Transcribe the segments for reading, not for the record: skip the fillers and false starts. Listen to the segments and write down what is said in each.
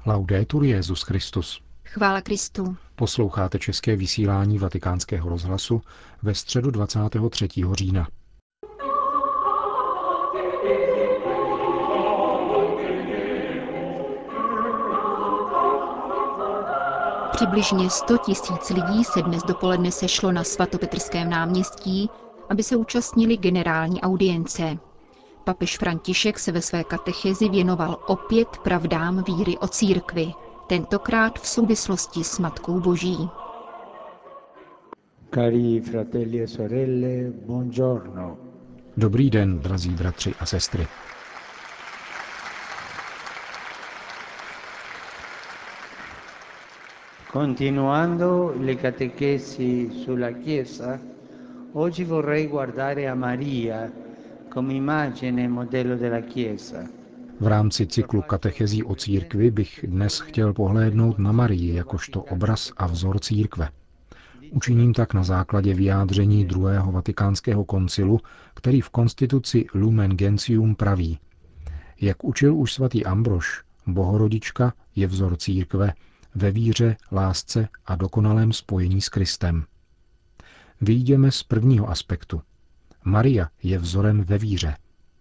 Laudetur Jesus Christus. Chvála Kristu. Posloucháte české vysílání Vatikánského rozhlasu ve středu 23. října. Přibližně 100 000 lidí se dnes dopoledne sešlo na svatopetrském náměstí, aby se účastnili generální audience. Papež František se ve své katechezi věnoval opět pravdám víry o církvi, tentokrát v souvislosti s Matkou Boží. Cari fratelli e sorelle, buongiorno. Dobrý den, drazí bratři a sestry. Continuando le catechesi sulla Chiesa, oggi vorrei guardare a Maria come immagine e modello della Chiesa. V rámci cyklu katechezí o církvi bych dnes chtěl pohlédnout na Marii jakožto obraz a vzor církve. Učiním tak na základě vyjádření druhého vatikánského koncilu, který v konstituci Lumen Gentium praví: jak učil už svatý Ambrož, Bohorodička je vzor církve ve víře, lásce a dokonalém spojení s Kristem. Vyjdeme z prvního aspektu. Maria je vzorem ve víře.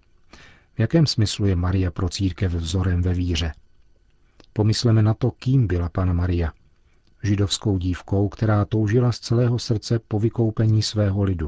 V jakém smyslu je Maria pro církev vzorem ve víře? Pomysleme na to, kým byla Panna Maria. Židovskou dívkou, která toužila z celého srdce po vykoupení svého lidu.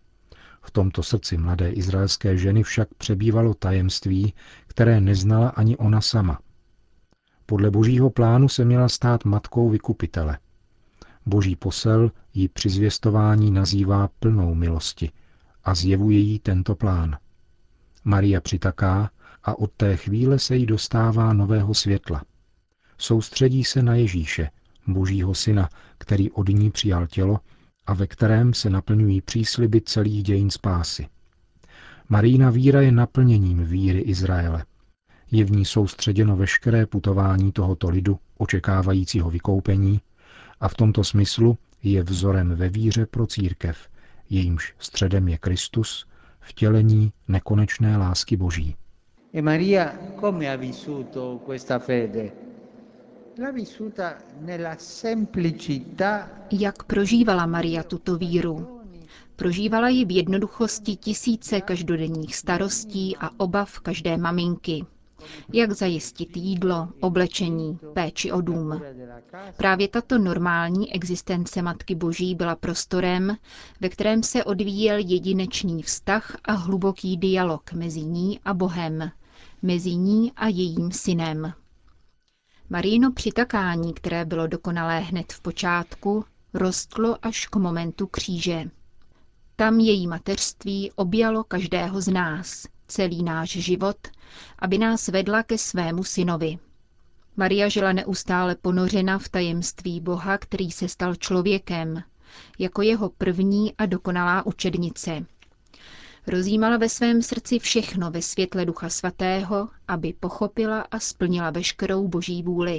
V tomto srdci mladé izraelské ženy však přebývalo tajemství, které neznala ani ona sama. Podle božího plánu se měla stát matkou vykupitele. Boží posel ji při zvěstování nazývá plnou milosti a zjevuje jí tento plán. Maria přitaká a od té chvíle se jí dostává nového světla. Soustředí se na Ježíše, Božího syna, který od ní přijal tělo a ve kterém se naplňují přísliby celých dějin spásy. Marijina víra je naplněním víry Izraele. Je v ní soustředěno veškeré putování tohoto lidu, očekávajícího vykoupení, a v tomto smyslu je vzorem ve víře pro církev, jejímž středem je Kristus, vtělení nekonečné lásky Boží. E Maria come ha vissuto questa fede? L'ha vissuta nella semplicità. Jak prožívala Maria tuto víru? Prožívala ji v jednoduchosti tisíce každodenních starostí a obav každé maminky. Jak zajistit jídlo, oblečení, péči o dům. Právě tato normální existence Matky Boží byla prostorem, ve kterém se odvíjel jedinečný vztah a hluboký dialog mezi ní a Bohem, mezi ní a jejím synem. Marijino přitakání, které bylo dokonalé hned v počátku, rostlo až k momentu kříže. Tam její mateřství objalo každého z nás, celý náš život, aby nás vedla ke svému synovi. Maria žila neustále ponořena v tajemství Boha, který se stal člověkem, jako jeho první a dokonalá učednice. Rozjímala ve svém srdci všechno ve světle Ducha Svatého, aby pochopila a splnila veškerou Boží vůli.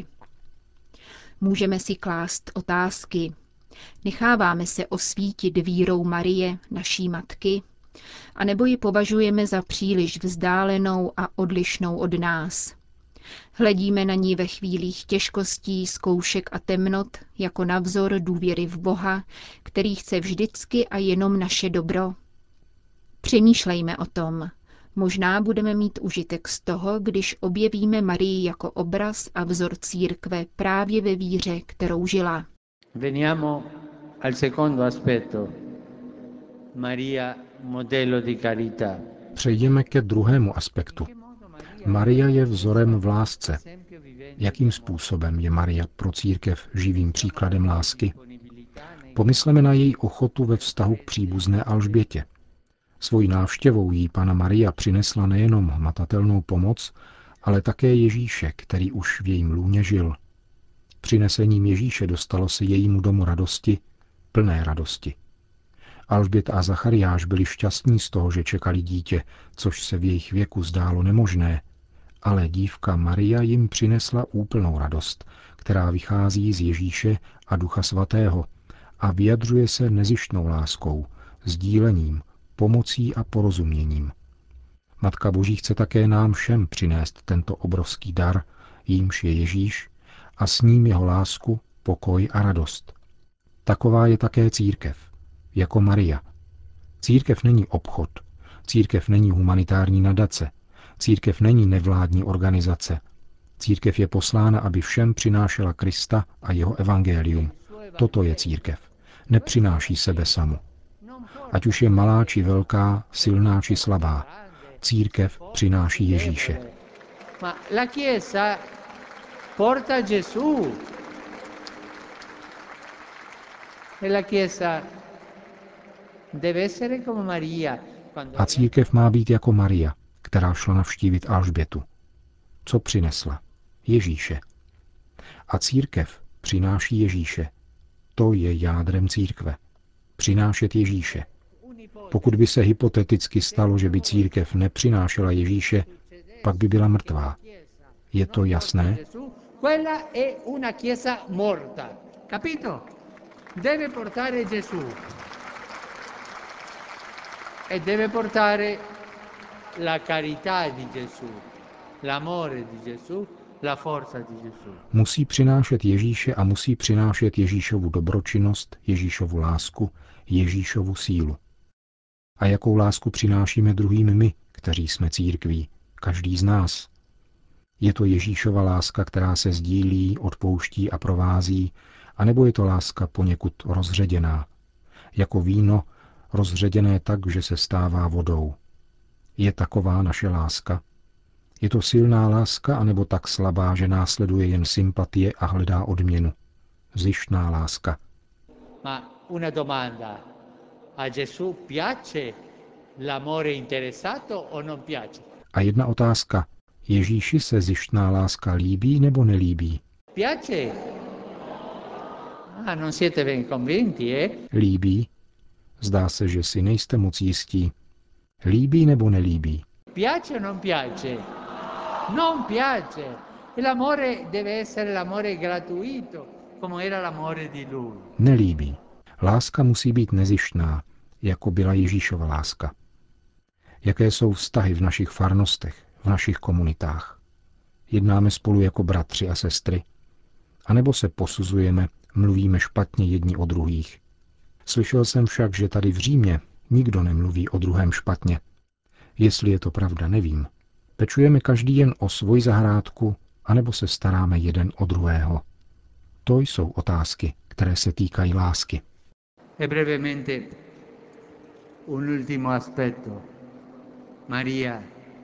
Můžeme si klást otázky. Necháváme se osvítit vírou Marie, naší matky, anebo ji považujeme za příliš vzdálenou a odlišnou od nás. Hledíme na ní ve chvílích těžkostí, zkoušek a temnot jako na vzor důvěry v Boha, který chce vždycky a jenom naše dobro. Přemýšlejme o tom. Možná budeme mít užitek z toho, když objevíme Marii jako obraz a vzor církve právě ve víře, kterou žila. Veniamo al secondo aspetto. Maria, modello di carità. Přejdeme ke druhému aspektu. Maria je vzorem v lásce. Jakým způsobem je Maria pro církev živým příkladem lásky? Pomysleme na její ochotu ve vztahu k příbuzné Alžbětě. Svojí návštěvou jí Panna Maria přinesla nejenom hmatatelnou pomoc, ale také Ježíše, který už v jejím lůně žil. Přinesením Ježíše dostalo se jejímu domu radosti, plné radosti. Alžběta a Zachariáš byli šťastní z toho, že čekali dítě, což se v jejich věku zdálo nemožné, ale dívka Maria jim přinesla úplnou radost, která vychází z Ježíše a Ducha Svatého a vyjadřuje se nezištnou láskou, sdílením, pomocí a porozuměním. Matka Boží chce také nám všem přinést tento obrovský dar, jímž je Ježíš, a s ním jeho lásku, pokoj a radost. Taková je také církev, jako Maria. Církev není obchod, církev není humanitární nadace, církev není nevládní organizace. Církev je poslána, aby všem přinášela Krista a jeho evangelium. Toto je církev. Nepřináší sebe samu. Ať už je malá či velká, silná či slabá, církev přináší Ježíše. A církev má být jako Maria, která šla navštívit Alžbětu. Co přinesla? Ježíše. A církev přináší Ježíše. To je jádrem církve. Přinášet Ježíše. Pokud by se hypoteticky stalo, že by církev nepřinášela Ježíše, pak by byla mrtvá. Je to jasné? Deve portare Gesù e deve portare la carità di Gesù, l'amore di Gesù, la forza di Gesù. Musí přinášet Ježíše a musí přinášet Ježíšovu dobročinnost, Ježíšovu lásku, Ježíšovu sílu. A jakou lásku přinášíme druhým my, kteří jsme církví, každý z nás? Je to Ježíšova láska, která se sdílí, odpouští a provází, anebo je to láska poněkud rozředěná, jako víno, rozředěné tak, že se stává vodou. Je taková naše láska? Je to silná láska, anebo tak slabá, že následuje jen sympatie a hledá odměnu? Zištná láska. Ma una domanda. A Gesù piace l'amore interessato o non piace? A jedna otázka. Ježíši se zištná láska líbí nebo nelíbí? Piace. Non siete ben convinti, Líbí? Zdá se, že si nejste moc jistí. Líbí nebo nelíbí? Piace o non piace? Non piace. E l'amore deve essere l'amore gratuito, come era l'amore di lui. Nelíbí. Láska musí být nezištná, jako byla Ježíšova láska. Jaké jsou vztahy v našich farnostech, v našich komunitách? Jednáme spolu jako bratři a sestry? A nebo se posuzujeme, mluvíme špatně jedni o druhých? Slyšel jsem však, že tady v Římě nikdo nemluví o druhém špatně. Jestli je to pravda, nevím. Pečujeme každý jen o svoji zahrádku, anebo se staráme jeden o druhého? To jsou otázky, které se týkají lásky. E brevemente un ultimo aspetto. Maria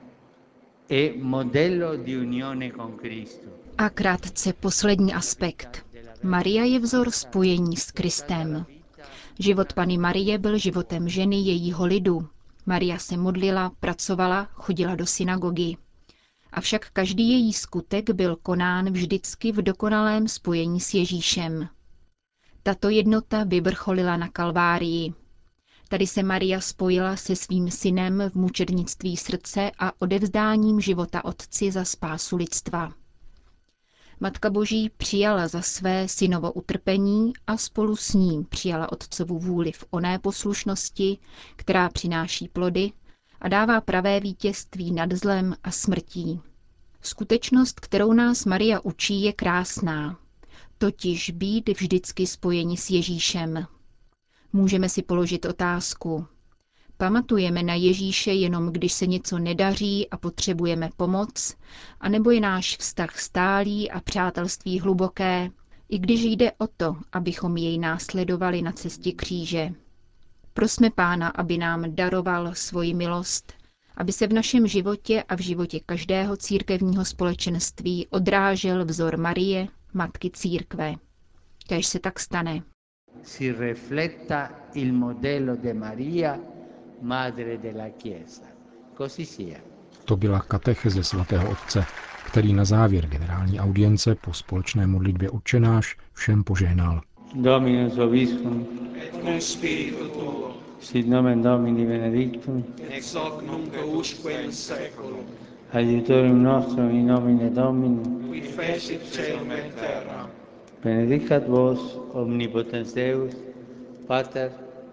è modello di unione con Cristo. A krátce poslední aspekt. Maria je vzor spojení s Kristem. Život Panny Marie byl životem ženy jejího lidu. Maria se modlila, pracovala, chodila do synagogy. Avšak každý její skutek byl konán vždycky v dokonalém spojení s Ježíšem. Tato jednota vyvrcholila na Kalvárii. Tady se Maria spojila se svým synem v mučednictví srdce a odevzdáním života Otci za spásu lidstva. Matka Boží přijala za své synovo utrpení a spolu s ním přijala Otcovu vůli v oné poslušnosti, která přináší plody a dává pravé vítězství nad zlem a smrtí. Skutečnost, kterou nás Maria učí, je krásná, totiž být vždycky spojeni s Ježíšem. Můžeme si položit otázku. Pamatujeme na Ježíše jenom, když se něco nedaří a potřebujeme pomoc, anebo je náš vztah stálý a přátelství hluboké, i když jde o to, abychom jej následovali na cestě kříže. Prosme Pána, aby nám daroval svoji milost, aby se v našem životě a v životě každého církevního společenství odrážel vzor Marie, matky církve. Kéž se tak stane. Si rifletta il modello de Maria, madre della Chiesa. Così sia. To byla katecheze svatého otce, který na závěr generální audience po společné modlitbě Otčenáš všem požehnal. Dominus vobiscum, et cum spiritu tuo, sit nomen Domini benedictum, ex hoc nunc usque in seculum, aiutorium nostrum in nomine Domini, qui fecit caelum et terra. benedicat vos omnipotens Deus, Pater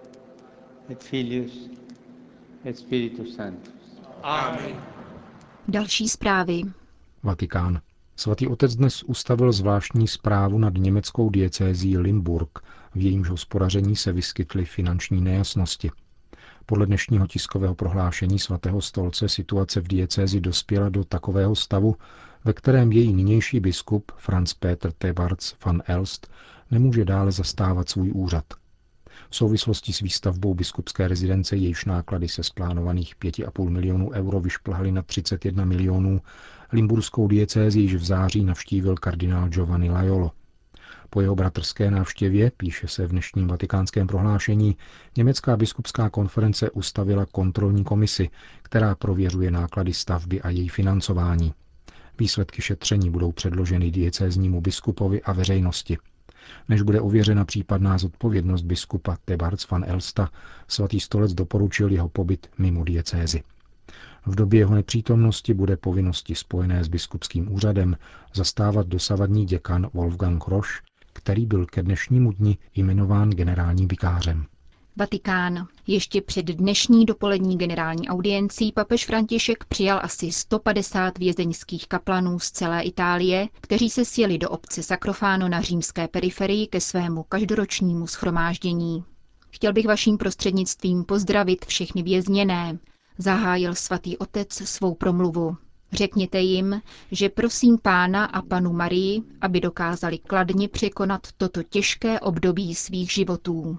et Filius et Spiritus Sanctus. Amen. Další zprávy. Vatikán. Svatý otec dnes ustavil zvláštní správu nad německou diecézí Limburg, v jejímž hospodaření se vyskytly finanční nejasnosti. Podle dnešního tiskového prohlášení svatého stolce situace v diecézi dospěla do takového stavu, ve kterém její nynější biskup Franz Peter Thebarts van Elst nemůže dále zastávat svůj úřad. V souvislosti s výstavbou biskupské rezidence, jejíž náklady se z plánovaných 5,5 milionů euro vyšplhaly na 31 milionů, limburskou diecézi již v září navštívil kardinál Giovanni Laiolo. Po jeho bratrské návštěvě, píše se v dnešním vatikánském prohlášení, německá biskupská konference ustavila kontrolní komisi, která prověřuje náklady stavby a její financování. Výsledky šetření budou předloženy diecéznímu biskupovi a veřejnosti. Než bude ověřena případná zodpovědnost biskupa Thebarts van Elsta, svatý stolec doporučil jeho pobyt mimo diecézi. V době jeho nepřítomnosti bude povinnosti spojené s biskupským úřadem zastávat dosavadní děkan Wolfgang Rosch, který byl ke dnešnímu dni jmenován generálním vikářem. Vatikán. Ještě před dnešní dopolední generální audiencí papež František přijal asi 150 vězeňských kaplanů z celé Itálie, kteří se sjeli do obce Sacrofano na římské periferii ke svému každoročnímu shromáždění. Chtěl bych vaším prostřednictvím pozdravit všechny vězněné, zahájil svatý otec svou promluvu. Řekněte jim, že prosím Pána a Panu Marii, aby dokázali kladně překonat toto těžké období svých životů.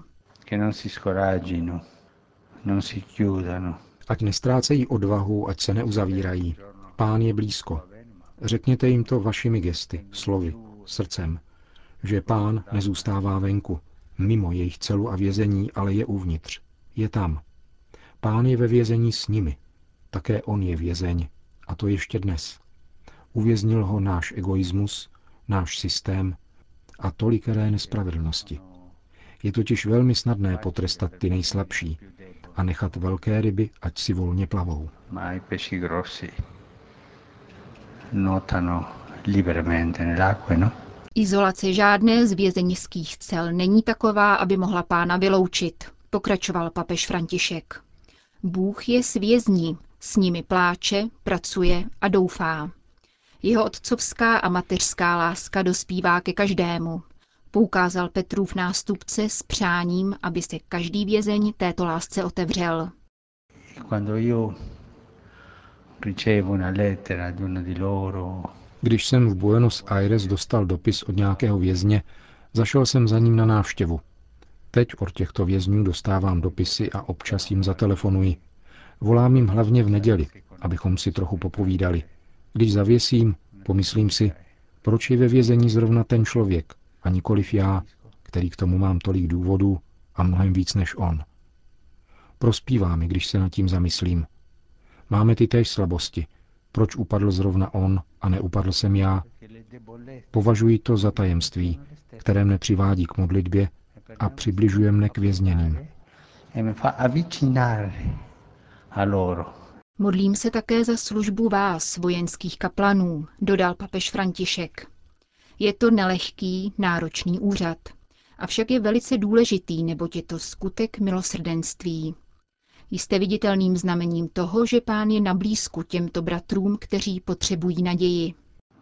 Ať nestrácejí odvahu, ať se neuzavírají. Pán je blízko. Řekněte jim to vašimi gesty, slovy, srdcem, že Pán nezůstává venku, mimo jejich celu a vězení, ale je uvnitř. Je tam. Pán je ve vězení s nimi. Také on je vězeň. A to ještě dnes. Uvěznil ho náš egoismus, náš systém a tolikeré nespravedlnosti. Je totiž velmi snadné potrestat ty nejslabší a nechat velké ryby, ať si volně plavou. Izolace žádné z vězeňských cel není taková, aby mohla Pána vyloučit, pokračoval papež František. Bůh je s vězni, s nimi pláče, pracuje a doufá. Jeho otcovská a mateřská láska dospívá ke každému, poukázal Petrův nástupce s přáním, aby se každý vězeň této lásce otevřel. Když jsem v Buenos Aires dostal dopis od nějakého vězně, zašel jsem za ním na návštěvu. Teď od těchto vězňů dostávám dopisy a občas jim zatelefonuji. Volám jim hlavně v neděli, abychom si trochu popovídali. Když zavěsím, pomyslím si, proč je ve vězení zrovna ten člověk, a nikoliv já, který k tomu mám tolik důvodů a mnohem víc než on. Prospívá mi, když se nad tím zamyslím. Máme ty též slabosti. Proč upadl zrovna on a neupadl jsem já? Považuji to za tajemství, které mne přivádí k modlitbě a přibližuje mne k vězněným. Modlím se také za službu vás, vojenských kaplanů, dodal papež František. Je to nelehký, náročný úřad, avšak je velice důležitý, neboť je to skutek milosrdenství. Jste viditelným znamením toho, že Pán je na blízku těmto bratrům, kteří potřebují naději.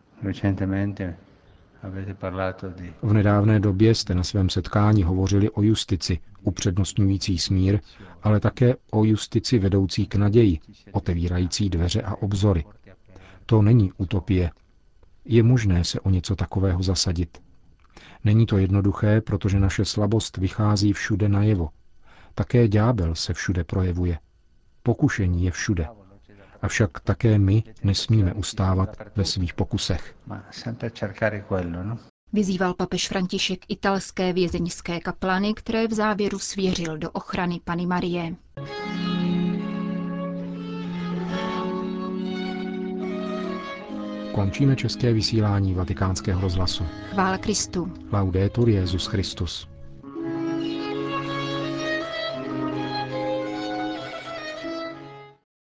V nedávné době jste na svém setkání hovořili o justici, upřednostňující smír, ale také o justici vedoucí k naději, otevírající dveře a obzory. To není utopie. Je možné se o něco takového zasadit. Není to jednoduché, protože naše slabost vychází všude najevo. Také ďábel se všude projevuje. Pokušení je všude. Avšak také my nesmíme ustávat ve svých pokusech. Vyzýval papež František italské vězeňské kaplany, které v závěru svěřil do ochrany Panny Marie. Končíme české vysílání Vatikánského rozhlasu. Chvála Kristu. Laudetur Jesus Christus.